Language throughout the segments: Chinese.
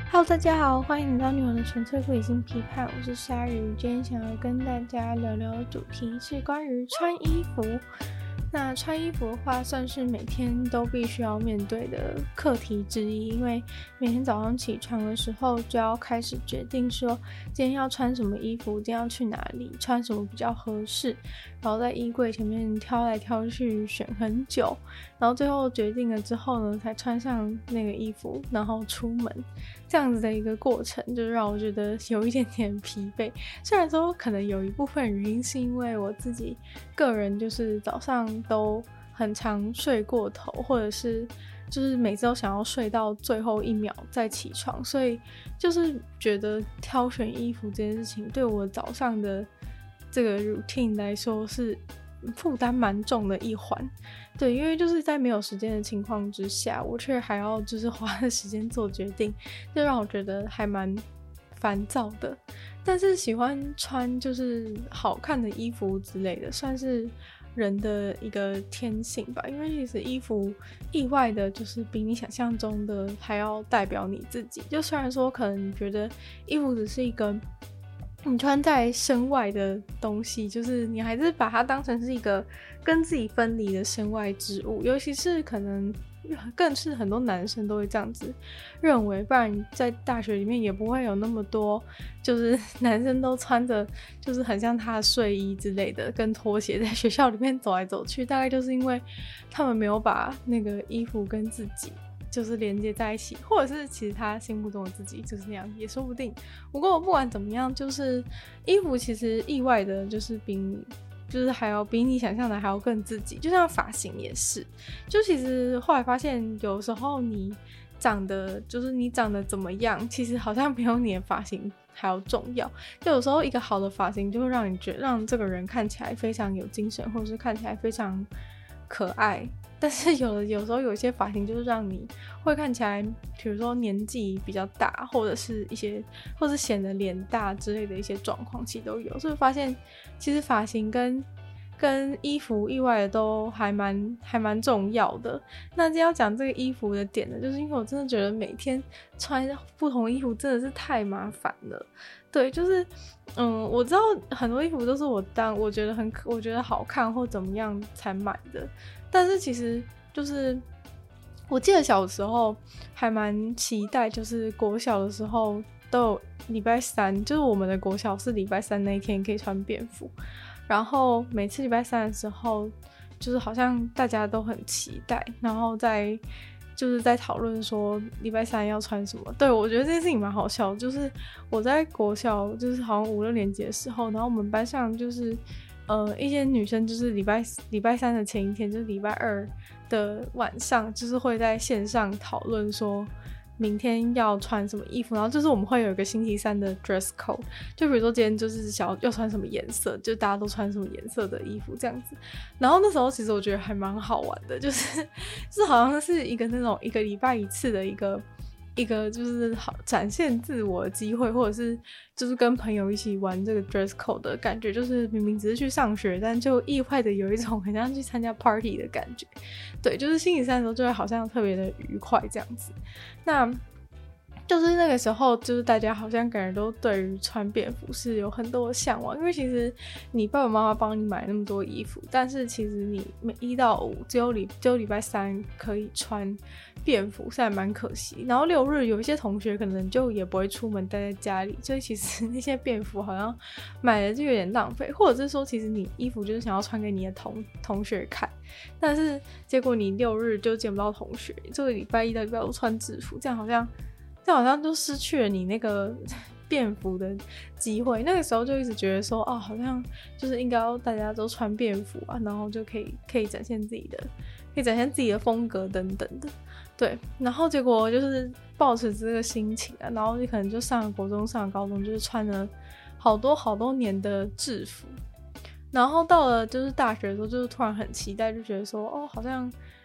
Hello，大家好，欢迎来到女王的纯粹不理性批判，我是鲨鱼。今天想要跟大家聊聊的主题是关于穿衣服。那穿衣服的话，算是每天都必须要面对的课题之一，因为每天早上起床的时候就要开始决定说今天要穿什么衣服，今天要去哪里，穿什么比较合适，然后在衣柜前面挑来挑去选很久，然后最后决定了之后呢，才穿上那个衣服，然后出门。这样子的一个过程就让我觉得有一点点疲惫，虽然说可能有一部分原因是因为我自己个人就是早上都很常睡过头，或者是就是每次都想要睡到最后一秒再起床，所以就是觉得挑选衣服这件事情对我早上的这个 routine 来说是负担蛮重的一环。对，因为就是在没有时间的情况之下，我却还要就是花的时间做决定，就让我觉得还蛮烦躁的。但是喜欢穿就是好看的衣服之类的，算是人的一个天性吧。因为其实衣服意外的就是比你想象中的还要代表你自己。就虽然说可能你觉得衣服只是一个你穿在身外的东西，就是你还是把它当成是一个跟自己分离的身外之物，尤其是可能更是很多男生都会这样子认为，不然在大学里面也不会有那么多就是男生都穿着就是很像他的睡衣之类的跟拖鞋在学校里面走来走去，大概就是因为他们没有把那个衣服跟自己就是连接在一起，或者是其实他心目中的自己就是那样也说不定。不过不管怎么样，就是衣服其实意外的就是还要比你想象的还要更自己，就像发型也是，就其实后来发现有时候你长得怎么样，其实好像没有你的发型还要重要。就有时候一个好的发型就会让这个人看起来非常有精神，或者是看起来非常可爱。但是有时候有一些发型就是让你会看起来比如说年纪比较大，或者是显得脸大之类的一些状况其实都有。所以发现其实发型跟衣服意外的都还蛮重要的。那今天要讲这个衣服的点呢，就是因为我真的觉得每天穿不同的衣服真的是太麻烦了。对，就是我知道很多衣服都是我觉得好看或怎么样才买的，但是其实就是我记得小时候还蛮期待，就是国小的时候都有礼拜三，就是我们的国小是礼拜三那一天可以穿便服，然后每次礼拜三的时候就是好像大家都很期待，然后就是在讨论说礼拜三要穿什么。对，我觉得这件事情蛮好笑的，就是我在国小就是好像5、6年级的时候，然后我们班上就是一些女生就是礼拜三的前一天，就是礼拜二的晚上，就是会在线上讨论说明天要穿什么衣服，然后就是我们会有一个星期三的 dress code， 就比如说今天就是想要穿什么颜色，就大家都穿什么颜色的衣服这样子。然后那时候其实我觉得还蛮好玩的，就是好像是一个那种一个礼拜一次的一个就是好展现自我的机会，或者是就是跟朋友一起玩这个 dress code 的感觉，就是明明只是去上学，但就意外的有一种很像去参加 party 的感觉。对，就是星期三的时候就会好像特别的愉快这样子。那就是那个时候，就是大家好像感觉都对于穿便服是有很多的向往，因为其实你爸爸妈妈帮你买那么多衣服，但是其实你每1到5只有礼拜三可以穿便服，是还蛮可惜。然后6日有一些同学可能就也不会出门待在家里，所以其实那些便服好像买了就有点浪费，或者是说其实你衣服就是想要穿给你的同学看，但是结果你6日就见不到同学，这个礼拜1到礼拜5穿制服，这样好像就失去了你那个便服的机会。那个时候就一直觉得说好像就是应该要大家都穿便服啊，然后就可以展现自己的风格等等的。对，然后结果就是抱持这个心情啊，然后就可能就上了国中上了高中，就是穿了好多年的制服，然后到了就是大学的时候就是突然很期待，就觉得说好像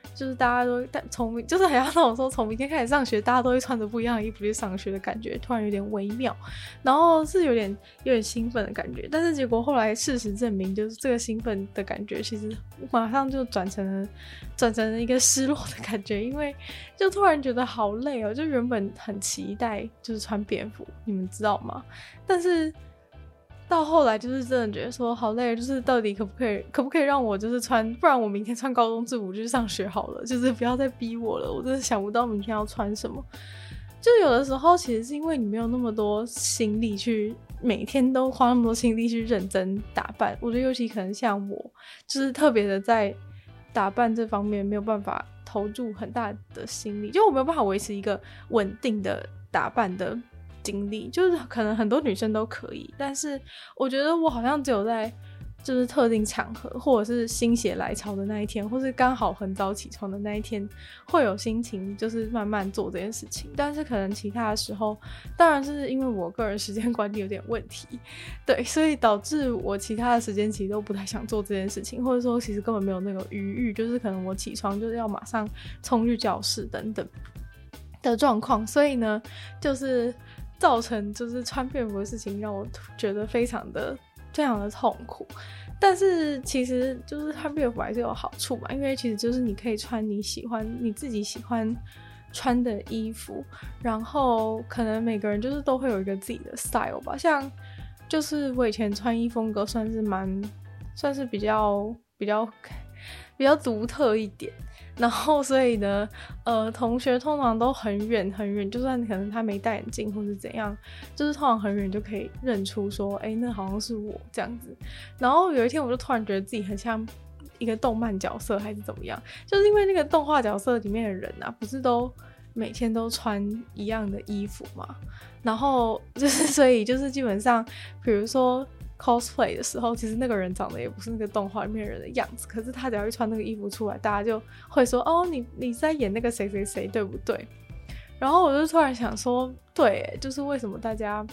就是大家都就是好像那种说从明天开始上学，大家都会穿着不一样的衣服去上学的感觉，突然有点微妙，然后是有点兴奋的感觉，但是结果后来事实证明，就是这个兴奋的感觉其实马上就转成了一个失落的感觉，因为就突然觉得好累哦，就原本很期待就是穿便服，你们知道吗？但是到后来就是真的觉得说好累，就是到底可不可以让我就是穿，不然我明天穿高中制服去上学好了，就是不要再逼我了，我真的想不到明天要穿什么。就有的时候其实是因为你没有那么多心力去每天都花那么多心力去认真打扮，我觉得尤其可能像我就是特别的在打扮这方面没有办法投注很大的心力，就我没有办法维持一个稳定的打扮的经历，就是可能很多女生都可以，但是我觉得我好像只有在就是特定场合或者是心血来潮的那一天，或是刚好很早起床的那一天会有心情就是慢慢做这件事情，但是可能其他的时候当然是因为我个人时间管理有点问题，对，所以导致我其他的时间其实都不太想做这件事情，或者说其实根本没有那个余裕，就是可能我起床就是要马上冲去教室等等的状况，所以呢就是造成就是穿便服的事情让我觉得非常的痛苦。但是其实就是穿便服还是有好处嘛，因为其实就是你可以穿你自己喜欢穿的衣服，然后可能每个人就是都会有一个自己的 style 吧，像就是我以前穿衣风格算是比较独特一点，然后所以呢同学通常都很远，就算可能他没戴眼镜或是怎样，就是通常很远就可以认出说那好像是我这样子。然后有一天我就突然觉得自己很像一个动漫角色还是怎么样，就是因为那个动画角色里面的人啊不是都每天都穿一样的衣服嘛，然后就是所以就是基本上比如说cosplay 的时候，其实那个人长得也不是那个动画里面的人的样子，可是他只要一穿那个衣服出来，大家就会说哦你在演那个谁谁谁对不对？然后我就突然想说对，就是为什么大家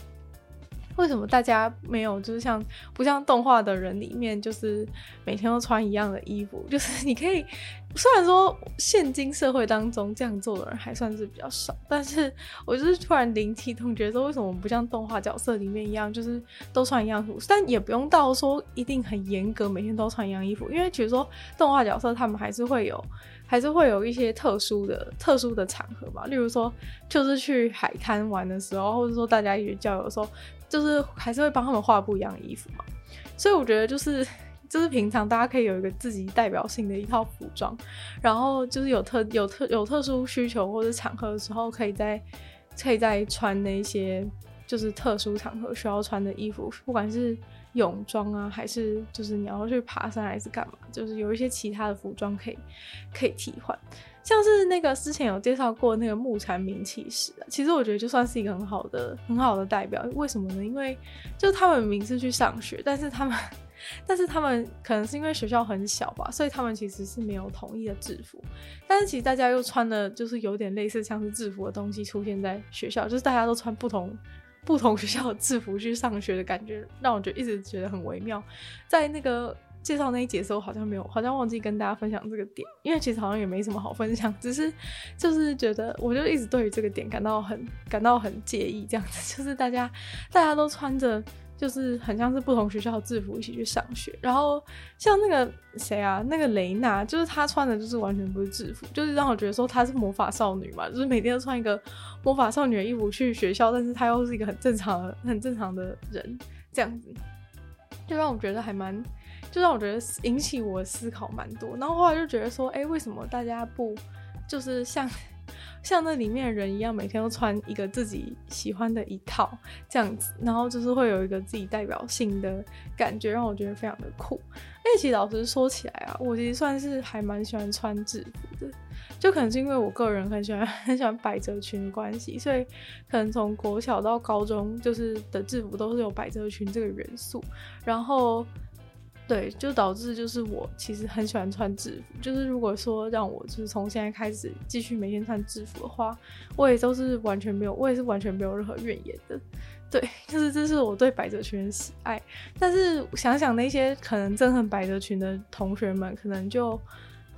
没有就是不像动画的人里面就是每天都穿一样的衣服，就是你可以虽然说现今社会当中这样做的人还算是比较少，但是我就是突然灵机一动觉得说为什么我们不像动画角色里面一样就是都穿一样衣服，但也不用到说一定很严格每天都穿一样衣服，因为比如说动画角色他们还是会有一些特殊的场合嘛，例如说就是去海滩玩的时候，或者说大家一起郊游的时候，就是还是会帮他们画不一样的衣服嘛，所以我觉得就是平常大家可以有一个自己代表性的一套服装，然后就是有特殊需求或者场合的时候可以再穿那些就是特殊场合需要穿的衣服，不管是泳装啊还是就是你要去爬山还是干嘛，就是有一些其他的服装可以替换，像是那个之前有介绍过那个木蝉鸣泣时啊，其实我觉得就算是一个很好的代表。为什么呢？因为就是他们明明是去上学，但是他们可能是因为学校很小吧，所以他们其实是没有统一的制服，但是其实大家又穿的就是有点类似像是制服的东西出现在学校，就是大家都穿不同学校的制服去上学的感觉，让我一直觉得很微妙。在那个介绍那一节的时候好像忘记跟大家分享这个点，因为其实好像也没什么好分享，只是就是觉得我就一直对于这个点感到很介意，这样子就是大家都穿着就是很像是不同学校的制服一起去上学，然后像那个谁啊，那个雷娜，就是她穿的就是完全不是制服，就是让我觉得说她是魔法少女嘛，就是每天都穿一个魔法少女的衣服去学校，但是她又是一个很正常的人，这样子就让我觉得引起我的思考蛮多，然后后来就觉得说为什么大家不就是像那里面的人一样每天都穿一个自己喜欢的一套这样子，然后就是会有一个自己代表性的感觉，让我觉得非常的酷。因为其实老实说起来啊，我其实算是还蛮喜欢穿制服的，就可能是因为我个人很喜欢百褶裙的关系，所以可能从国小到高中就是的制服都是有百褶裙这个元素，然后对，就导致就是我其实很喜欢穿制服，就是如果说让我就是从现在开始继续每天穿制服的话，我也是完全没有任何怨言的。对，就是这是我对百褶裙的喜爱。但是想想那些可能憎恨百褶裙的同学们，可能就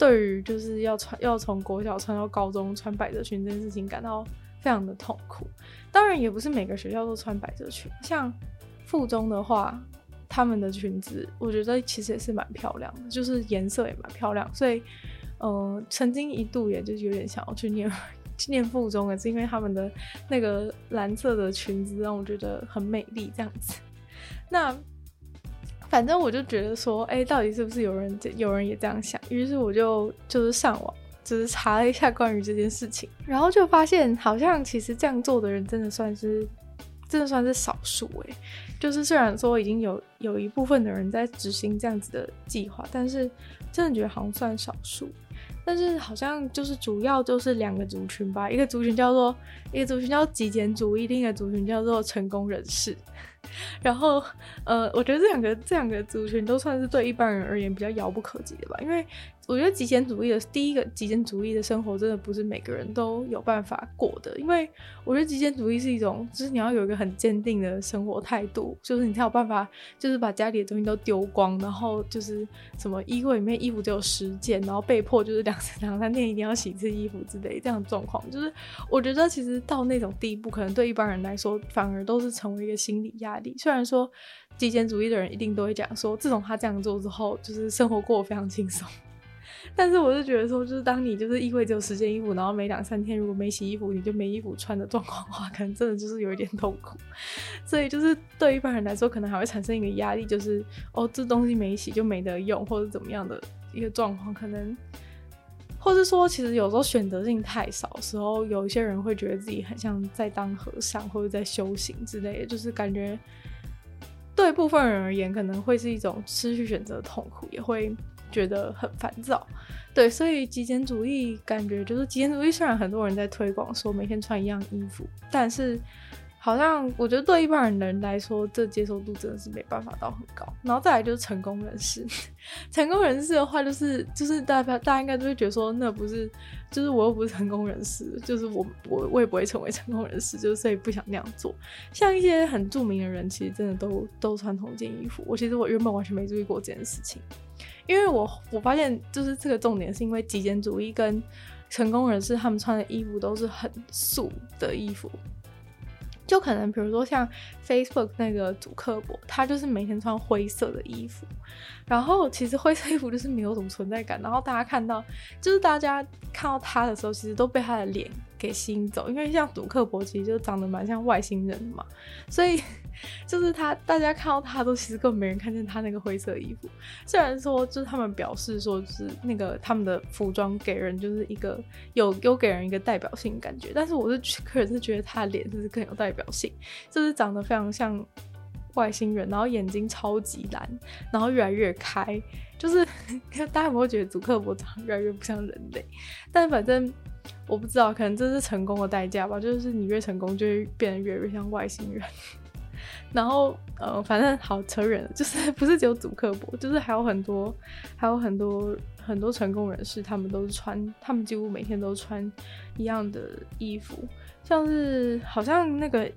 对于就是要从国小穿到高中穿百褶裙这件事情感到非常的痛苦。当然也不是每个学校都穿百褶裙，像附中的话，他们的裙子我觉得其实也是蛮漂亮的，就是颜色也蛮漂亮，所以曾经一度也就是有点想要去念附中的，是因为他们的那个蓝色的裙子让我觉得很美丽这样子。那反正我就觉得说到底是不是有人也这样想，于是我就是上网就是查了一下关于这件事情，然后就发现好像其实这样做的人真的算是少数就是虽然说已经有一部分的人在执行这样子的计划，但是真的觉得好像算少数。但是好像就是主要就是2个族群吧，一个族群叫极简主义，另一个族群叫做成功人士。然后我觉得这两个族群都算是对一般人而言比较遥不可及的吧，因为我觉得极简主义的生活真的不是每个人都有办法过的，因为我觉得极简主义是一种就是你要有一个很坚定的生活态度，就是你才有办法就是把家里的东西都丢光，然后就是什么衣柜里面衣服只有10件，然后被迫就是两三天一定要洗一次衣服之类这样的状况，就是我觉得其实到那种地步可能对一般人来说反而都是成为一个心理压力。虽然说极简主义的人一定都会讲说自从他这样做之后就是生活过得非常轻松，但是我就觉得说就是当你就是衣柜只有10件衣服，然后每2-3天如果没洗衣服你就没衣服穿的状况的话，可能真的就是有一点痛苦。所以就是对一般人来说可能还会产生一个压力，就是这东西没洗就没得用或者怎么样的一个状况，可能或是说其实有时候选择性太少的时候，有一些人会觉得自己很像在当和尚或者在修行之类的，就是感觉对部分人而言可能会是一种失去选择的痛苦，也会觉得很烦躁。对，所以极简主义感觉就是极简主义虽然很多人在推广说每天穿一样衣服，但是好像我觉得对一般人来说这接受度真的是没办法到很高。然后再来就是成功人士成功人士的话就是大家应该都会觉得说那不是就是我又不是成功人士，就是我也不会成为成功人士，就是所以不想那样做。像一些很著名的人其实真的都穿同一件衣服，其实我原本完全没注意过这件事情，因为我发现就是这个重点是因为极简主义跟成功人士他们穿的衣服都是很素的衣服，就可能比如说像 Facebook 那个祖克伯，他就是每天穿灰色的衣服，然后其实灰色衣服就是没有什么存在感，然后大家看到他的时候其实都被他的脸给吸引走，因为像祖克伯其实就长得蛮像外星人的嘛，所以就是大家看到他都其实根本没人看见他那个灰色衣服。虽然说就是他们表示说就是那个他们的服装给人就是一个有给人一个代表性感觉，但是我个人是觉得他的脸就是更有代表性，就是长得非常像外星人，然后眼睛超级蓝，然后越来越开，就是大家有没有觉得祖克伯长得越来越不像人类？但反正我不知道，可能这是成功的代价吧，就是你越成功就会变得越来越像外星人。然后反正好扯远了，就是不是只有祖克伯，就是还有很多成功人士，他们几乎每天都穿一样的衣服，像是好像那个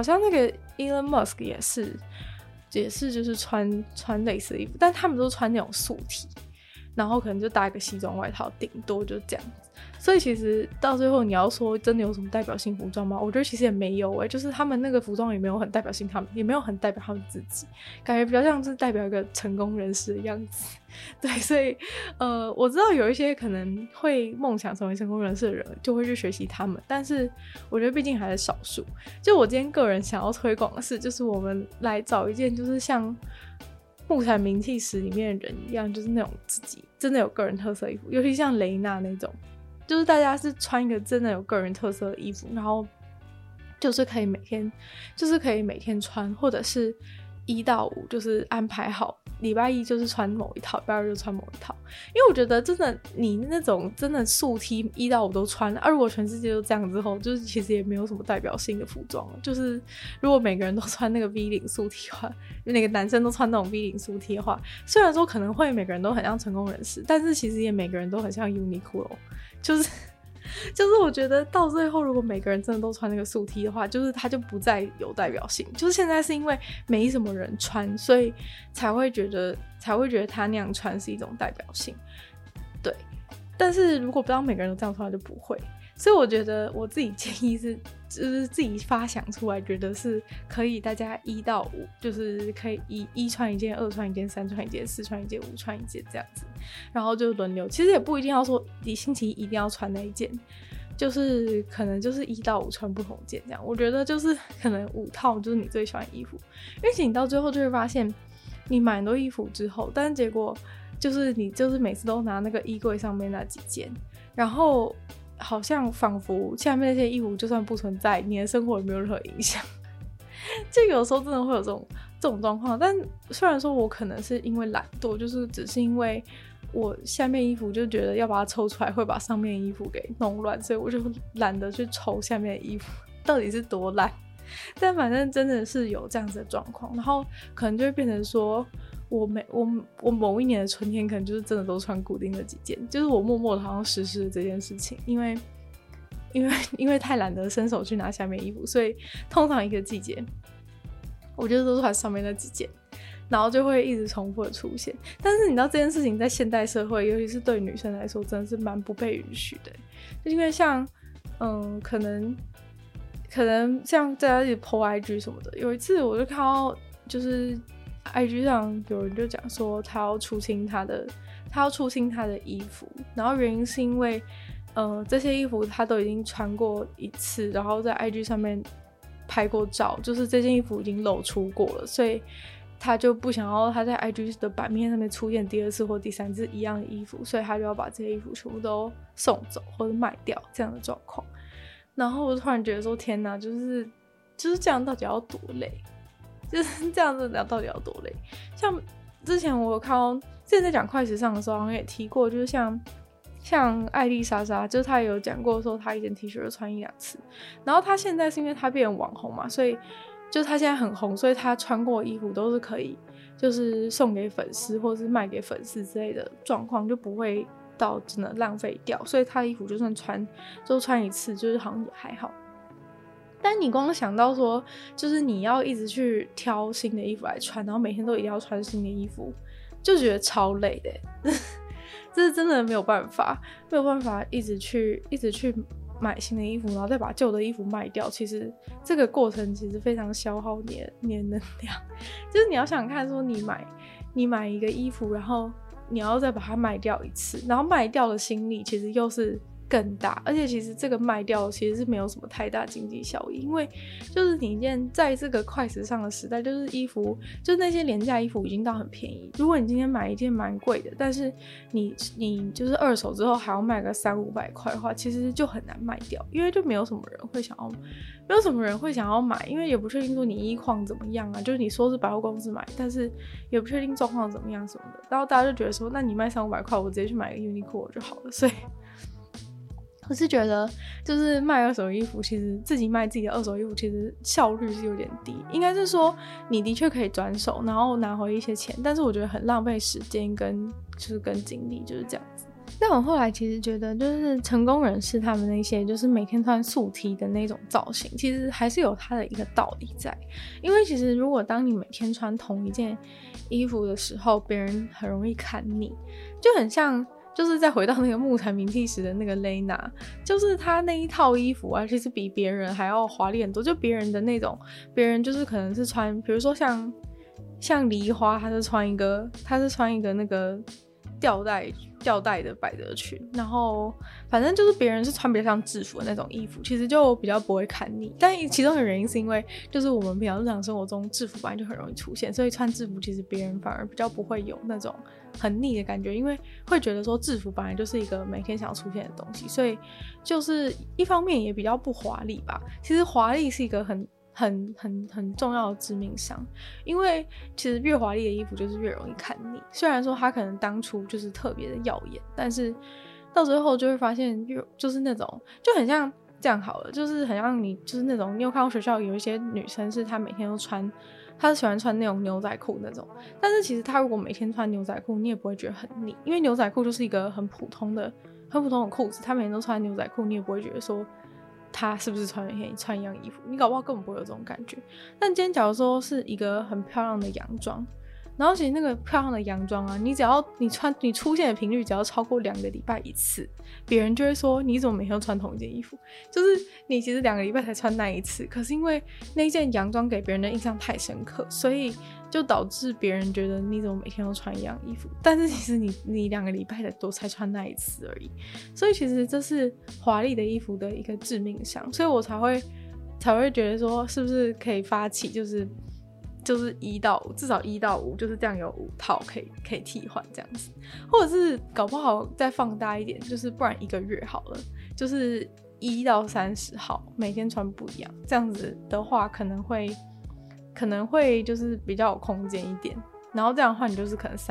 Elon Musk 也是就是穿类似的衣服，但他们都穿那种素 T， 然后可能就搭一个西装外套，顶多就这样子。所以其实到最后你要说真的有什么代表性服装吗？我觉得其实也没有就是他们那个服装也没有很代表性，他们也没有很代表他们自己，感觉比较像是代表一个成功人士的样子。对，所以我知道有一些可能会梦想成为成功人士的人就会去学习他们，但是我觉得毕竟还是少数。就我今天个人想要推广的是，就是我们来找一件就是像木材名气石里面的人一样，就是那种自己真的有个人特色衣服，尤其像雷娜那种，就是大家是穿一个真的有个人特色的衣服，然后就是可以每天穿，或者是1到5就是安排好，礼拜一就是穿某一套，礼拜二就穿某一套。因为我觉得真的你那种真的素 T 1到5都穿如果全世界都这样之后，就是其实也没有什么代表性的服装了。就是如果每个人都穿那个 V 领素 T 的话，那个男生都穿那种 V 领素 T 的话，虽然说可能会每个人都很像成功人士，但是其实也每个人都很像 Uniqlo， 就是我觉得到最后如果每个人真的都穿那个素 T 的话，就是他就不再有代表性，就是现在是因为没什么人穿，所以才会觉得他那样穿是一种代表性。对， 但是如果不知道每个人都这样穿就不会。所以我觉得我自己建议是，就是自己发想出来，觉得是可以大家1到5，就是可以一穿一件，2穿一件，3穿一件，4穿一件，5穿一件这样子，然后就轮流。其实也不一定要说你星期一一定要穿那一件，就是可能就是1到5穿不同件这样。我觉得就是可能5套就是你最喜欢的衣服，因为其实你到最后就会发现，你买很多衣服之后，但是结果就是你就是每次都拿那个衣柜上面那几件，然后好像仿佛下面那些衣服就算不存在，你的生活也没有任何影响。就有时候真的会有这种状况，但虽然说我可能是因为懒惰，就是只是因为我下面衣服就觉得要把它抽出来会把上面的衣服给弄乱，所以我就懒得去抽下面的衣服，到底是多懒。但反正真的是有这样子的状况，然后可能就会变成说我某一年的春天可能就是真的都穿固定的几件，就是我默默的好像实施了这件事情，因为太懒得伸手去拿下面衣服，所以通常一个季节我觉得都穿上面那几件，然后就会一直重复的出现。但是你知道这件事情在现代社会，尤其是对女生来说真的是蛮不被允许的，就因为像可能像大家一直 po IG 什么的，有一次我就看到就是IG 上有人就讲说他要出清他的衣服，然后原因是因为这些衣服他都已经穿过一次，然后在 IG 上面拍过照，就是这件衣服已经露出过了，所以他就不想要他在 IG 的版面上面出现第2次或第3次一样的衣服，所以他就要把这些衣服全部都送走或者卖掉这样的状况。然后我突然觉得说天哪，就是这样到底要多累，就是这样子到底要多累。像之前我有看到之前在讲快时尚的时候好像也提过，就是像艾丽莎莎，就是她也有讲过说她一件 T 恤就穿1-2次，然后她现在是因为她变成网红嘛，所以就是她现在很红，所以她穿过的衣服都是可以就是送给粉丝或是卖给粉丝之类的状况，就不会到真的浪费掉，所以她的衣服就算穿1次就是好像也还好。但你光想到说就是你要一直去挑新的衣服来穿，然后每天都一定要穿新的衣服，就觉得超累的这是真的没有办法一直去买新的衣服，然后再把旧的衣服卖掉，其实这个过程其实非常消耗你的能量。就是你要想看说你买一个衣服，然后你要再把它卖掉一次，然后卖掉的心力其实又是更大，而且其实这个卖掉其实是没有什么太大经济效益，因为就是你在这个快时尚的时代，就是衣服就是那些廉价衣服已经到很便宜，如果你今天买一件蛮贵的，但是你就是二手之后还要卖个300-500块的话，其实就很难卖掉，因为就没有什么人会想要买，因为也不确定说你衣况怎么样啊，就是你说是百货公司买，但是也不确定状况怎么样什么的，然后大家就觉得说那你卖300-500块我直接去买个 Uniqlo 就好了，所以我是觉得就是卖二手衣服，其实自己卖自己的二手衣服其实效率是有点低，应该是说你的确可以转手然后拿回一些钱，但是我觉得很浪费时间跟精力，就是这样子。但我后来其实觉得就是成功人士他们那些就是每天穿素 T 的那种造型，其实还是有它的一个道理在，因为其实如果当你每天穿同一件衣服的时候，别人很容易看腻，就很像就是再回到那个木材名气时的那个 Lena， 就是她那一套衣服啊，其实比别人还要华丽很多，就别人的那种，别人就是可能是穿，比如说像梨花，她是穿一个那个吊带的百褶裙，然后反正就是别人是穿比较像制服的那种衣服，其实就比较不会看腻。但其中的原因是因为就是我们平常日常生活中制服本来就很容易出现，所以穿制服其实别人反而比较不会有那种很腻的感觉，因为会觉得说制服本来就是一个每天想要出现的东西，所以就是一方面也比较不华丽吧。其实华丽是一个很重要的致命伤，因为其实越华丽的衣服就是越容易看腻，虽然说它可能当初就是特别的耀眼，但是到最后就会发现就是那种就很像这样好了，就是很像你就是那种你有看到学校有一些女生是她每天都穿，她喜欢穿那种牛仔裤那种，但是其实她如果每天穿牛仔裤你也不会觉得很腻，因为牛仔裤就是一个很普通的裤子，她每天都穿牛仔裤你也不会觉得说他是不是穿一样衣服，你搞不好根本不会有这种感觉。但今天假如说是一个很漂亮的洋装， 然后其实那个漂亮的洋装啊，你出现的频率只要超过2个礼拜一次，别人就会说你怎么每天都穿同一件衣服，就是你其实2个礼拜才穿那一次，可是因为那件洋装给别人的印象太深刻，所以就导致别人觉得你怎么每天都穿一样衣服，但是其实你2个礼拜的都才穿那一次而已，所以其实这是华丽的衣服的一个致命伤，所以我才会觉得说是不是可以发起就是1到5，至少1到5就是这样，有5套可以替换这样子，或者是搞不好再放大一点，就是不然1个月好了，就是1到30号每天穿不一样，这样子的话可能会就是比较有空间一点，然后这样的话你就是可能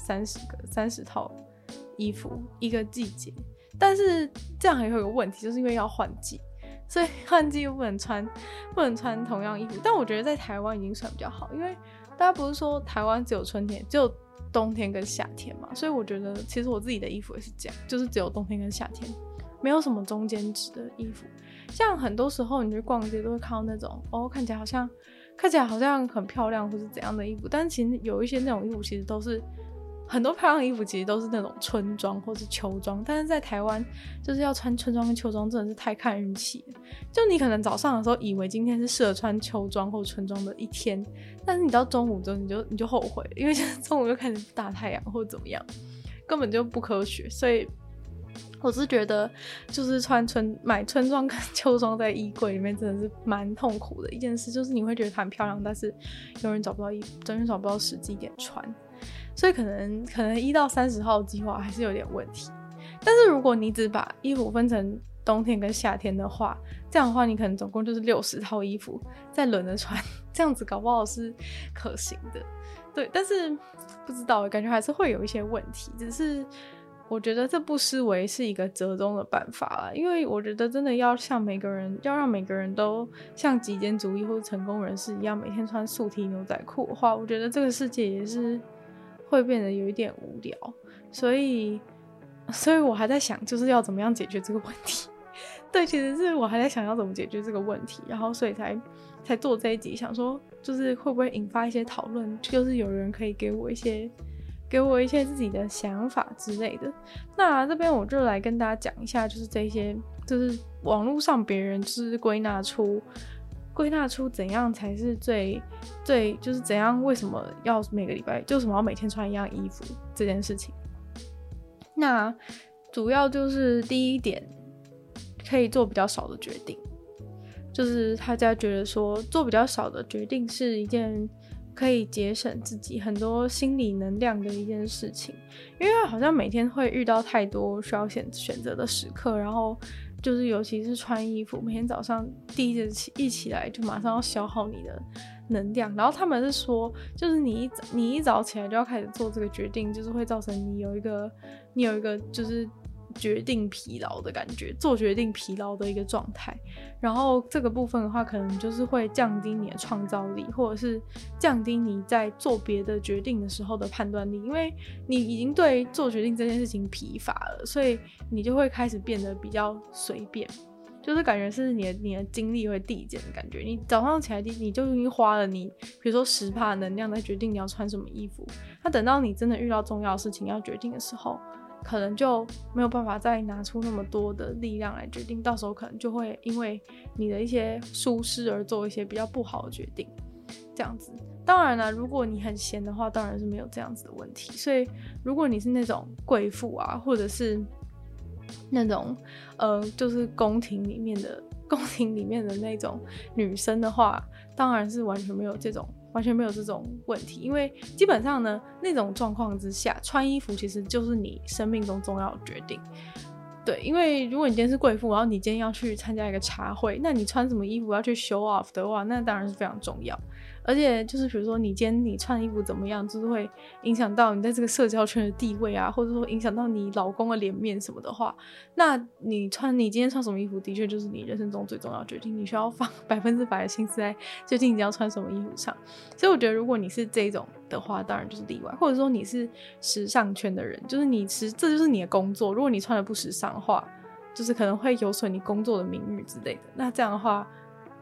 30套衣服一个季节，但是这样还有一个问题，就是因为要换季，所以换季又不能穿同样衣服，但我觉得在台湾已经算比较好，因为大家不是说台湾只有春天，只有冬天跟夏天嘛，所以我觉得其实我自己的衣服也是这样，就是只有冬天跟夏天，没有什么中间值的衣服。像很多时候你去逛街都会看到那种看起来好像很漂亮或是怎样的衣服，但其实有一些那种衣服其实都是很多漂亮的衣服，其实都是那种春装或是秋装，但是在台湾就是要穿春装跟秋装真的是太看运气了，就你可能早上的时候以为今天是适合穿秋装或春装的一天，但是你到中午之后你就后悔了，因为中午就开始大太阳或怎么样，根本就不科学，所以我是觉得就是买春装跟秋装在衣柜里面真的是蛮痛苦的一件事，就是你会觉得它很漂亮，但是永远找不到衣服，永远找不到时机点穿，所以可能1到30号的计划还是有点问题。但是如果你只把衣服分成冬天跟夏天的话，这样的话你可能总共就是60套衣服再轮着穿，这样子搞不好是可行的。对，但是不知道，感觉还是会有一些问题，只是我觉得这不失为是一个折中的办法啦，因为我觉得真的要让每个人都像极简主义或者成功人士一样每天穿素 T 牛仔裤的话，我觉得这个世界也是会变得有一点无聊，所以我还在想就是要怎么样解决这个问题。对，其实是我还在想要怎么解决这个问题，然后所以才做这一集，想说就是会不会引发一些讨论，就是有人可以给我一些自己的想法之类的。那这边我就来跟大家讲一下，就是这些就是网络上别人就是归纳出怎样才是最就是怎样，为什么要每个礼拜就为什么要每天穿一样衣服这件事情。那主要就是第一点，可以做比较少的决定，就是大家觉得说做比较少的决定是一件可以节省自己很多心理能量的一件事情，因为好像每天会遇到太多需要选择的时刻，然后就是尤其是穿衣服，每天早上第一起来就马上要消耗你的能量，然后他们是说就是你一早起来就要开始做这个决定，就是会造成你有一个就是决定疲劳的感觉，做决定疲劳的一个状态，然后这个部分的话可能就是会降低你的创造力，或者是降低你在做别的决定的时候的判断力，因为你已经对做决定这件事情疲乏了，所以你就会开始变得比较随便，就是感觉是你的精力会递减的感觉，你早上起来你就已经花了你比如说10%的能量在决定你要穿什么衣服，那等到你真的遇到重要的事情要决定的时候，可能就没有办法再拿出那么多的力量来决定，到时候可能就会因为你的一些疏失而做一些比较不好的决定，这样子。当然啦，如果你很闲的话，当然是没有这样子的问题，所以如果你是那种贵妇啊，或者是那种就是宫廷里面的那种女生的话，当然是完全没有这种问题，因为基本上呢，那种状况之下，穿衣服其实就是你生命中重要的决定。对，因为如果你今天是贵妇，然后你今天要去参加一个茶会，那你穿什么衣服要去 show off 的话，那当然是非常重要。而且就是比如说你今天你穿衣服怎么样，就是会影响到你在这个社交圈的地位啊，或者说影响到你老公的脸面什么的话，那你今天穿什么衣服的确就是你人生中最重要的决定，你需要放100%的心思在决定你要穿什么衣服上。所以我觉得如果你是这种的话，当然就是例外，或者说你是时尚圈的人，就是这就是你的工作，如果你穿的不时尚的话，就是可能会有损你工作的名誉之类的，那这样的话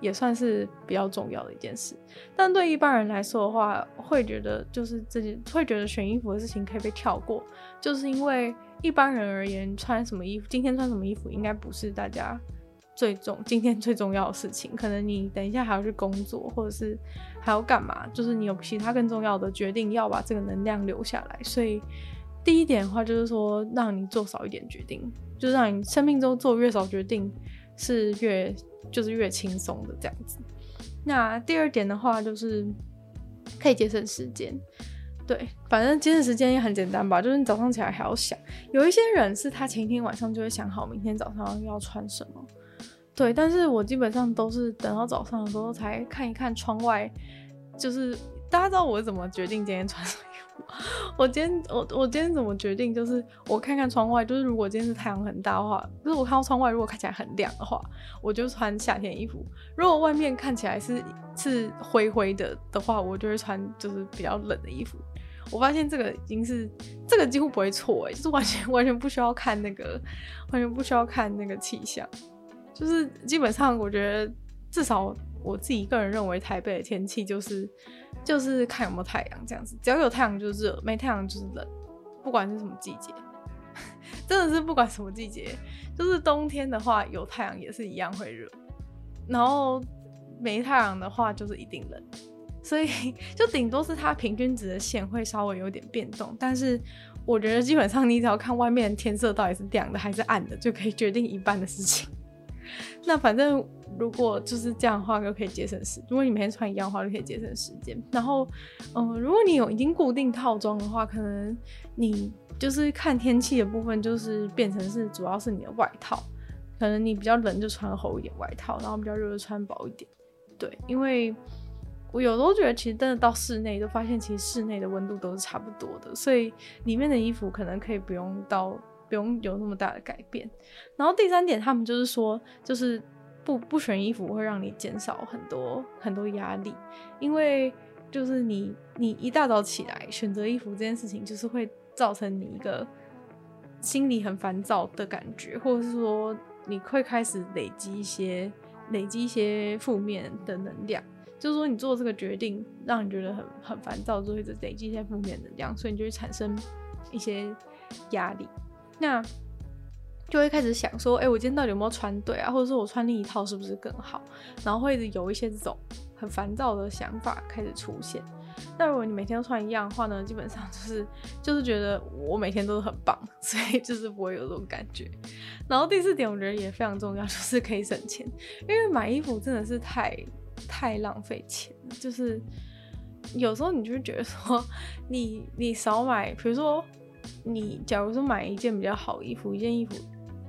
也算是比较重要的一件事。但对一般人来说的话，会觉得会觉得选衣服的事情可以被跳过，就是因为一般人而言，穿什么衣服，今天穿什么衣服应该不是大家今天最重要的事情，可能你等一下还要去工作，或者是还要干嘛，就是你有其他更重要的决定要把这个能量留下来。所以第一点的话就是说让你做少一点决定，就是让你生命中做越少决定是越轻松的这样子。那第二点的话就是可以节省时间，对，反正节省时间也很简单吧，就是你早上起来还要想，有一些人是他前一天晚上就会想好明天早上要穿什么，对，但是我基本上都是等到早上的时候才看一看窗外，就是大家知道我怎么决定今天穿什么衣服？我今天怎么决定？就是我看看窗外，就是如果今天是太阳很大的话，就是我看到窗外如果看起来很亮的话，我就穿夏天衣服；如果外面看起来是灰灰的话，我就会穿就是比较冷的衣服。我发现这个几乎不会错就是完全不需要看那个气象，就是基本上我觉得至少我自己个人认为台北的天气就是看有没有太阳这样子，只要有太阳就是热，没太阳就是冷，不管是什么季节真的是不管什么季节，就是冬天的话有太阳也是一样会热，然后没太阳的话就是一定冷，所以就顶多是它平均值的线会稍微有点变动，但是我觉得基本上你只要看外面的天色到底是亮的还是暗的，就可以决定一半的事情。那反正如果就是这样的话就可以节省时间，如果你每天穿一样的话就可以节省时间。然后如果你有已经固定套装的话，可能你就是看天气的部分就是变成是主要是你的外套，可能你比较冷就穿厚一点外套，然后比较热就穿薄一点。对，因为我有时候觉得其实真的到室内就发现其实室内的温度都是差不多的，所以里面的衣服可能可以不用有那么大的改变。然后第三点他们就是说就是不选衣服会让你减少很多压力，因为就是你一大早起来选择衣服这件事情就是会造成你一个心里很烦躁的感觉，或者是说你会开始累积一些负面的能量，就是说你做这个决定让你觉得很烦躁，就会累积一些负面能量，所以你就会产生一些压力，那就会开始想说我今天到底有没有穿对啊，或者说我穿另一套是不是更好，然后会有一些这种很烦躁的想法开始出现。那如果你每天都穿一样的话呢，基本上就是觉得我每天都是很棒，所以就是不会有这种感觉。然后第四点我觉得也非常重要，就是可以省钱，因为买衣服真的是太浪费钱了，就是有时候你就会觉得说你少买，比如说你假如说买一件比较好衣服，一件衣服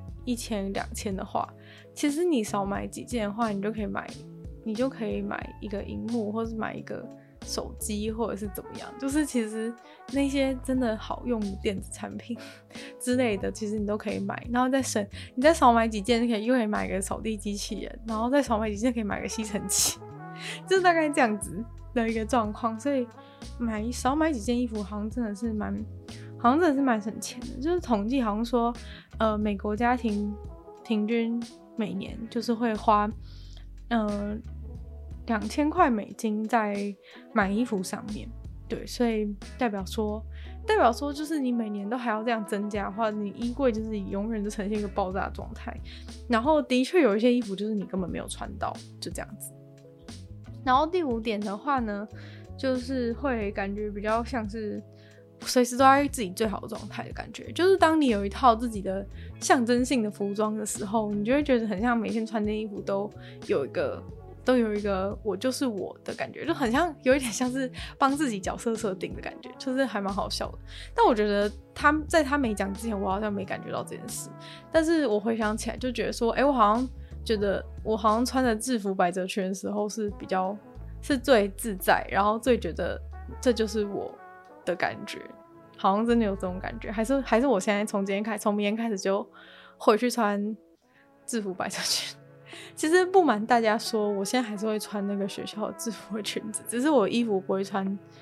1000、2000的话，其实你少买几件的话，你就可以买一个萤幕，或是买一个手机，或者是怎么样，就是其实那些真的好用的电子产品之类的，其实你都可以买，然后你再少买几件又可以买个扫地机器人，然后再少买几件可以买个吸尘器，就是大概这样子的一个状况。所以少买几件衣服好像真的是蛮省钱的，就是统计好像说美国家庭平均每年就是会花$2000$2000在买衣服上面，对，所以代表说就是你每年都还要这样增加的话，你衣柜就是永远就呈现一个爆炸状态。然后的确有一些衣服就是你根本没有穿到，就这样子。然后第5点的话呢，就是会感觉比较像是随时都在自己最好的状态的感觉，就是当你有一套自己的象征性的服装的时候，你就会觉得很像每天穿件衣服都有一个我就是我的感觉，就很像有一点像是帮自己角色设定的感觉，就是还蛮好笑的。但我觉得在他没讲之前我好像没感觉到这件事，但是我回想起来就觉得说我好像觉得我好像穿着制服百褶裙的时候是最自在，然后最觉得这就是我的感觉，好像真的有这种感觉，还是我现在从明天开始就回去穿制服百褶裙。其实不瞒大家说，我现在还是会穿那个学校的制服的裙子，只是我衣服不会穿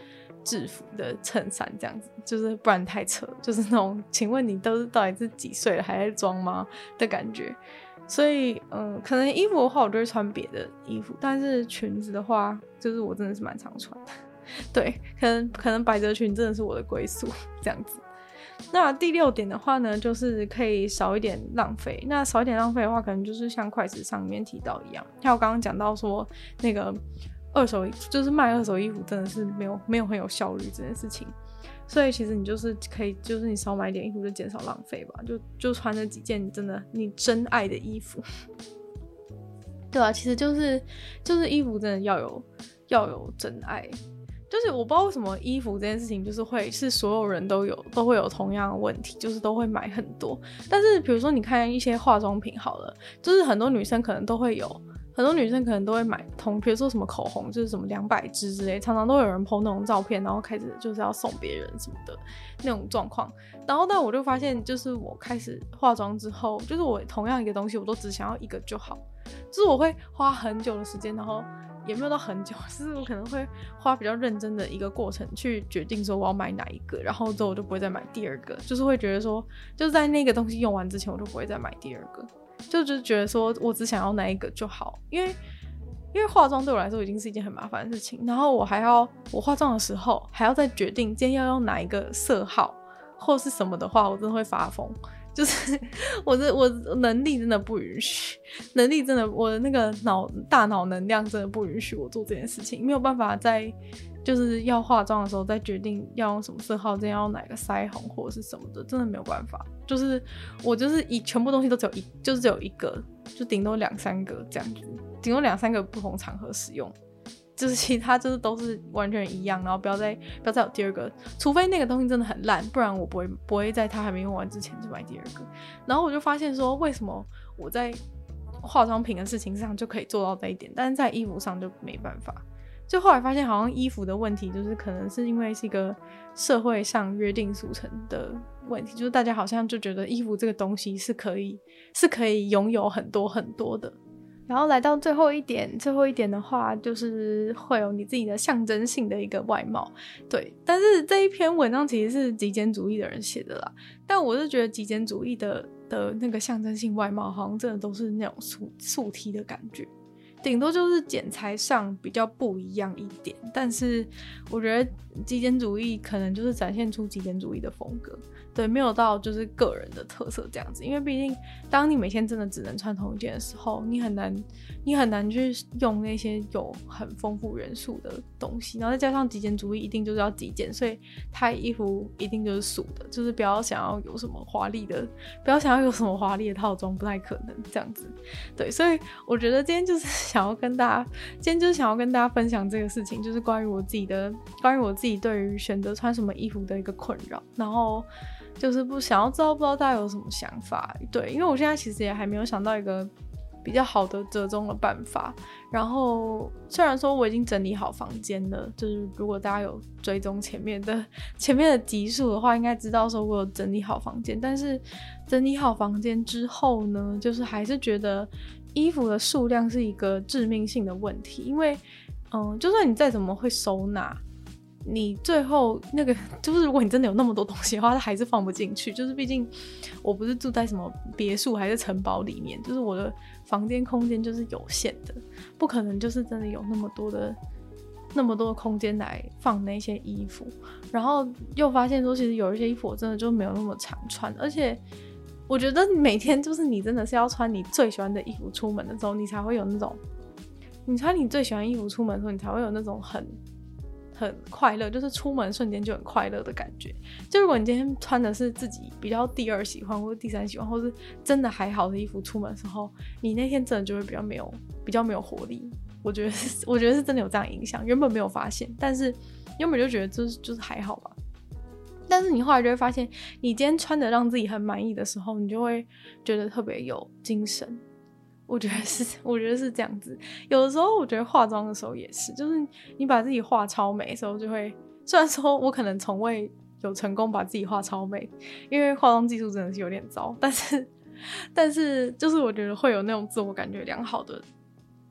制服的衬衫这样子，就是不然太扯，就是那种请问你到底是几岁了还在装吗的感觉。所以可能衣服的话我就会穿别的衣服，但是裙子的话就是我真的是蛮常穿的。对，可能百褶裙真的是我的归宿这样子。那第6点的话呢，就是可以少一点浪费。那少一点浪费的话，可能就是像快时尚里面提到一样，像我刚刚讲到说那个就是卖二手衣服真的是没有很有效率这件事情。所以其实你就是可以，就是你少买一点衣服就减少浪费吧，就穿那几件你真爱的衣服。对啊，其实就是衣服真的要有真爱。就是我不知道为什么衣服这件事情是所有人都会有同样的问题，就是都会买很多。但是比如说你看一些化妆品好了，就是很多女生可能都会买比如说什么口红，就是什么200支之类，常常都有人 po 那种照片，然后开始就是要送别人什么的那种状况。然后但我就发现，就是我开始化妆之后，就是我同样一个东西我都只想要一个就好，就是我会花很久的时间，然后也没有到很久，就是我可能会花比较认真的一个过程去决定说我要买哪一个，然后之后我就不会再买第二个，就是会觉得说就是在那个东西用完之前我就不会再买第二个，就是觉得说我只想要哪一个就好。因为化妆对我来说已经是一件很麻烦的事情，然后我化妆的时候还要再决定今天要用哪一个色号或是什么的话，我真的会发疯。就是我能力真的不允许，我的那个大脑能量真的不允许我做这件事情，没有办法在就是要化妆的时候再决定要用什么色号，今天要用哪个腮红或者是什么的，真的没有办法。就是我就是全部东西都只有一个，就顶多2-3个这样子，顶多2-3个不同场合使用。就是其他就是都是完全一样，然后不要再有第二个，除非那个东西真的很烂，不然我不会在它还没用完之前就买第二个。然后我就发现说，为什么我在化妆品的事情上就可以做到这一点，但是在衣服上就没办法。就后来发现好像衣服的问题就是可能是因为是一个社会上约定俗成的问题，就是大家好像就觉得衣服这个东西是可以拥有很多很多的。然后来到最后一点的话，就是会有你自己的象征性的一个外貌。对，但是这一篇文章其实是极简主义的人写的啦，但我是觉得极简主义的那个象征性外貌好像真的都是那种素体的感觉，顶多就是剪裁上比较不一样一点，但是我觉得极简主义可能就是展现出极简主义的风格，对，没有到就是个人的特色这样子。因为毕竟当你每天真的只能穿同一件的时候，你很难去用那些有很丰富元素的东西，然后再加上极简主义一定就是要极简，所以他衣服一定就是素的，就是不要想要有什么华丽的套装，不太可能这样子。对，所以我觉得今天就是想要跟大家分享这个事情，就是关于我自己对于选择穿什么衣服的一个困扰，然后就是不知道大家有什么想法。对，因为我现在其实也还没有想到一个比较好的折中的办法。然后虽然说我已经整理好房间了，就是如果大家有追踪前面的集数的话，应该知道说我有整理好房间。但是整理好房间之后呢，就是还是觉得衣服的数量是一个致命性的问题。因为就算你再怎么会收纳，你最后那个就是如果你真的有那么多东西的话，它还是放不进去。就是毕竟我不是住在什么别墅还是城堡里面，就是我的房间空间就是有限的，不可能就是真的有那么多的空间来放那些衣服。然后又发现说其实有一些衣服我真的就没有那么常穿，而且我觉得每天就是你真的是要穿你最喜欢的衣服出门的时候，你才会有那种你穿你最喜欢衣服出门的时候，你才会有那种很快乐，就是出门瞬间就很快乐的感觉。就如果你今天穿的是自己比较第2喜欢或者第3喜欢或是真的还好的衣服出门的时候，你那天真的就会比较没有活力。我觉得是真的有这样影响，原本没有发现，但是原本就觉得就是还好吧。但是你后来就会发现，你今天穿的让自己很满意的时候，你就会觉得特别有精神。我觉得是这样子。有的时候我觉得化妆的时候也是，就是你把自己画超美的时候，就会虽然说我可能从未有成功把自己画超美，因为化妆技术真的是有点糟，但是就是我觉得会有那种自我感觉良好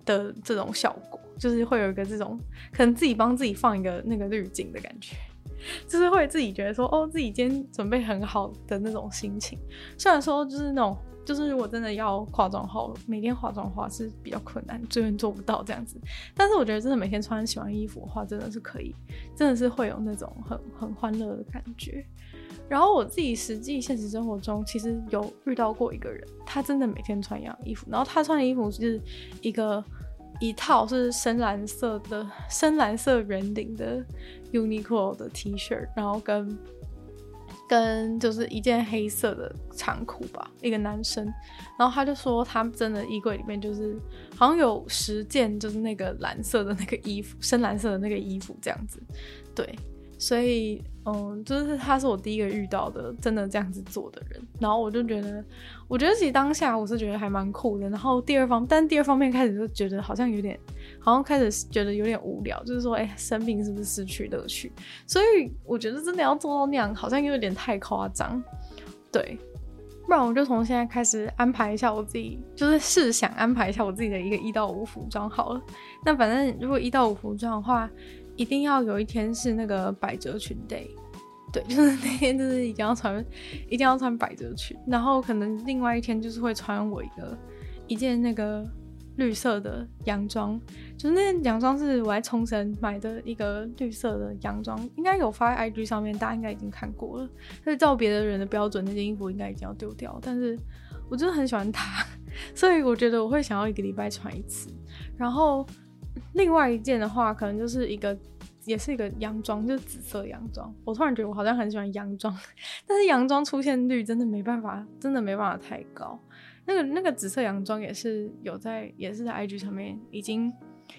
的这种效果，就是会有一个这种可能自己帮自己放一个那个滤镜的感觉，就是会自己觉得说自己今天准备很好的那种心情。虽然说就是那种就是如果真的要化妆后每天化妆的话是比较困难，最近做不到这样子，但是我觉得真的每天穿喜欢衣服的话真的是可以，真的是会有那种很欢乐的感觉。然后我自己实际现实生活中其实有遇到过一个人，他真的每天穿一样的衣服，然后他穿的衣服是一套是深蓝色圆领的 Uniqlo 的 T 恤，然后跟就是一件黑色的长裤吧，一个男生。然后他就说他真的衣柜里面就是好像有10件就是那个蓝色的那个衣服，深蓝色的那个衣服这样子。对，所以就是他是我第一个遇到的真的这样子做的人，然后我觉得其实当下我是觉得还蛮酷的。然后第二方面开始就觉得好像开始觉得有点无聊，就是说生病是不是失去乐趣，所以我觉得真的要做到那样好像有点太夸张。对，不然我就从现在开始安排一下我自己，就是试想安排一下我自己的一个1到5服装好了。那反正如果1到5服装的话，一定要有一天是那个百褶裙 day， 对，就是那天就是一定要穿百褶裙，然后可能另外一天就是会穿我一件那个绿色的洋装，就是那件洋装是我在冲绳买的一个绿色的洋装，应该有发在 IG 上面，大家应该已经看过了。但是照别的人的标准，那件衣服应该已经要丢掉，但是我真的很喜欢它，所以我觉得我会想要1个礼拜穿1次。然后另外一件的话可能就是也是一个洋装，就是紫色洋装。我突然觉得我好像很喜欢洋装，但是洋装出现率真的没办法太高。那个紫色洋装也是在 IG 上面已经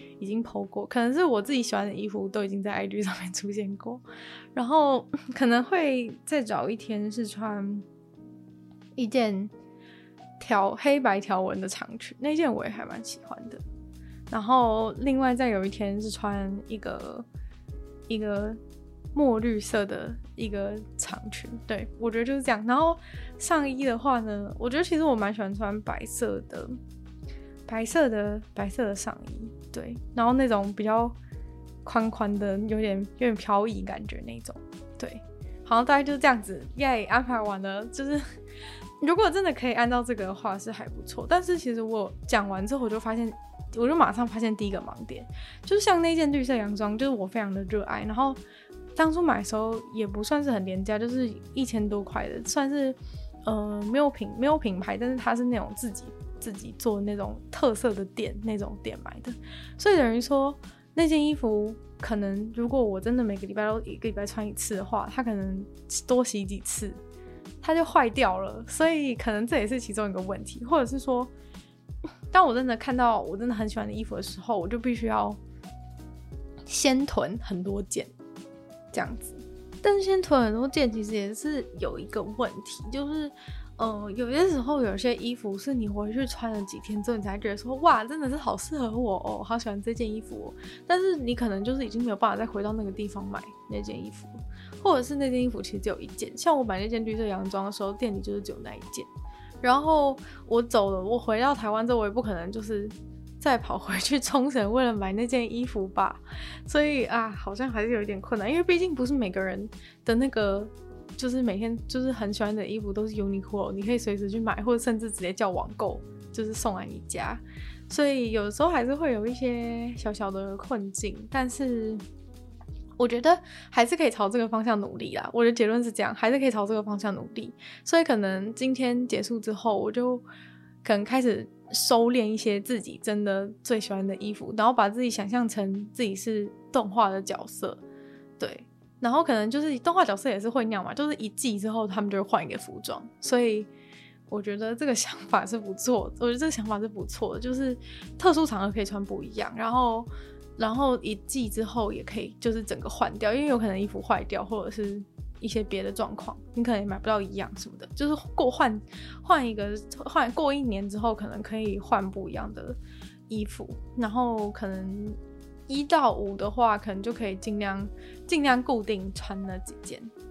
po 过，可能是我自己喜欢的衣服都已经在 IG 上面出现过。然后可能会再找一天是穿一件黑白条纹的长裙，那件我也还蛮喜欢的。然后另外再有一天是穿一个墨绿色的一个长裙，对，我觉得就是这样。然后上衣的话呢，我觉得其实我蛮喜欢穿白色的上衣，对，然后那种比较宽的，有点飘逸感觉那种，对，好像大概就是这样子。安排完了，就是如果真的可以按照这个的话是还不错。但是其实我讲完之后我就马上发现第一个盲点，就是像那件绿色洋装，就是我非常的热爱，然后当初买的时候也不算是很廉价，就是1000多块的，算是没有品牌，但是它是那种自己做那种特色的那种店买的，所以等于说那件衣服可能如果我真的每个礼拜都1个礼拜穿1次的话，它可能多洗几次它就坏掉了，所以可能这也是其中一个问题。或者是说当我真的看到我真的很喜欢的衣服的时候，我就必须要先囤很多件这样子。但是先囤很多件其实也是有一个问题，就是有些时候有些衣服是你回去穿了几天之后你才觉得说哇真的是好适合我哦，好喜欢这件衣服哦，但是你可能就是已经没有办法再回到那个地方买那件衣服，或者是那件衣服其实只有1件。像我买那件绿色洋装的时候，店里就是只有那1件，然后我走了，我回到台湾之后我也不可能就是再跑回去冲绳为了买那件衣服吧，所以好像还是有一点困难，因为毕竟不是每个人的那个就是每天就是很喜欢的衣服都是 Uniqlo 你可以随时去买，或者甚至直接叫网购就是送来你家，所以有时候还是会有一些小小的困境，但是我觉得还是可以朝这个方向努力啦。我的结论是这样，还是可以朝这个方向努力。所以可能今天结束之后，我就可能开始收敛一些自己真的最喜欢的衣服，然后把自己想象成自己是动画的角色，对，然后可能就是动画角色也是会那样嘛，就是1季之后他们就会换一个服装，所以我觉得这个想法是不错的。我觉得这个想法是不错的，就是特殊场合可以穿不一样，然后1季之后也可以就是整个换掉，因为有可能衣服坏掉或者是一些别的状况，你可能也买不到一样什么的，就是过1年之后可能可以换不一样的衣服，然后可能1到5的话可能就可以尽量固定穿那几件，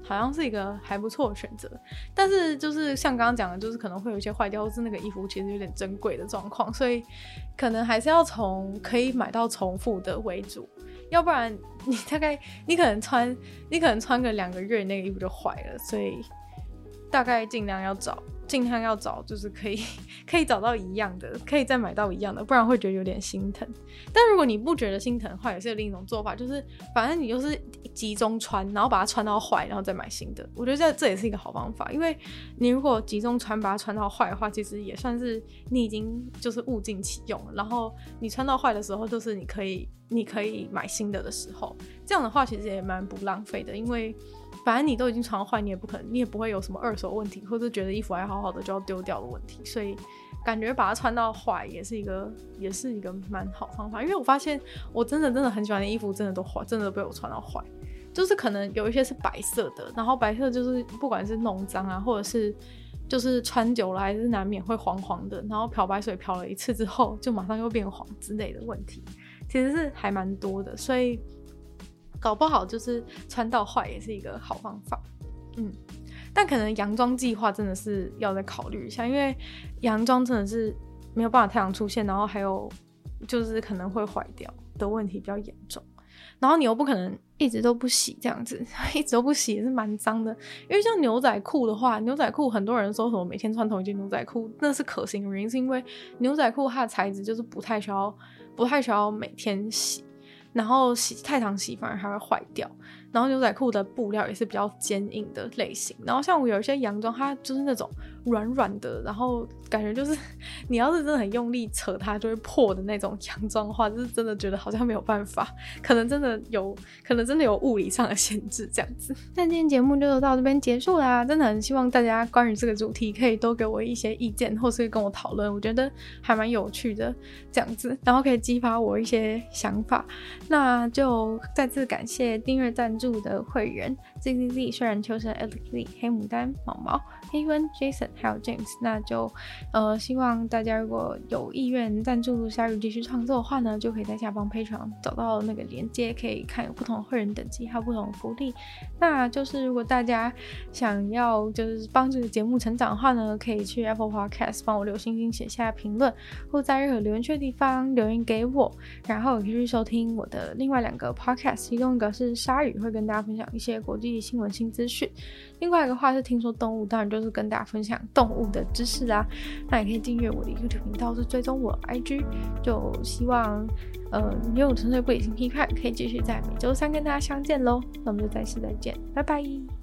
好像是一个还不错的选择。但是就是像刚刚讲的，就是可能会有一些坏掉，或是那个衣服其实有点珍贵的状况，所以可能还是要从可以买到重复的为主，要不然你可能穿个2个月，那个衣服就坏了，所以大概尽量要找就是可以找到一样的，可以再买到一样的，不然会觉得有点心疼。但如果你不觉得心疼的话，也是有另一种做法，就是反正你就是集中穿，然后把它穿到坏，然后再买新的。我觉得这也是一个好方法，因为你如果集中穿把它穿到坏的话，其实也算是你已经就是物尽其用了，然后你穿到坏的时候就是你可以买新的时候，这样的话其实也蛮不浪费的，因为反正你都已经穿到坏，你也不会有什么二手问题，或者觉得衣服还好好的就要丢掉的问题，所以感觉把它穿到坏也是一个蛮好方法。因为我发现我真的很喜欢的衣服真的都被我穿到坏，就是可能有一些是白色的，然后白色就是不管是弄脏啊，或者是就是穿久了还是难免会黄黄的，然后漂白水漂了一次之后就马上又变黄之类的问题，其实是还蛮多的，所以搞不好就是穿到坏也是一个好方法。但可能洋装计划真的是要再考虑一下，因为洋装真的是没有办法太常出现，然后还有就是可能会坏掉的问题比较严重，然后你又不可能一直都不洗，这样子一直都不洗也是蛮脏的。因为像牛仔裤的话，牛仔裤很多人说什么每天穿同一件牛仔裤，那是可行的原因是因为牛仔裤它的材质就是不太需要每天洗，然后太常洗反而还会坏掉，然后牛仔裤的布料也是比较坚硬的类型，然后像我有一些洋装它就是那种软软的，然后感觉就是你要是真的很用力扯它就会破的那种洋装的话，就是真的觉得好像没有办法，可能真的有物理上的限制这样子。那今天节目就到这边结束啦，真的很希望大家关于这个主题可以多给我一些意见，或是跟我讨论，我觉得还蛮有趣的这样子，然后可以激发我一些想法。那就再次感谢订阅赞助的会员 ZZZ、 虽然秋生、 Alex、 黑牡丹、毛毛、黑温、 Jason 还有 James。 那就希望大家如果有意愿赞助鲨鱼继续创作的话呢，就可以在下方 Patreon 找到那个连结，可以看有不同的会员等级还有不同的福利。那就是如果大家想要就是帮助节目成长的话呢，可以去 Apple Podcast 帮我留星星写下评论，或在任何留言区的地方留言给我，然后也可以去收听我的另外2个 podcast， 其中一个是鲨鱼，会跟大家分享一些国际新闻新资讯，另外一个话是听说动物，当然就是跟大家分享动物的知识啦。那也可以订阅我的 YouTube 频道，是追踪我的 IG， 就希望你有纯粹不理性批判可以继续在每周3跟大家相见咯。那我们就再次再见，拜拜。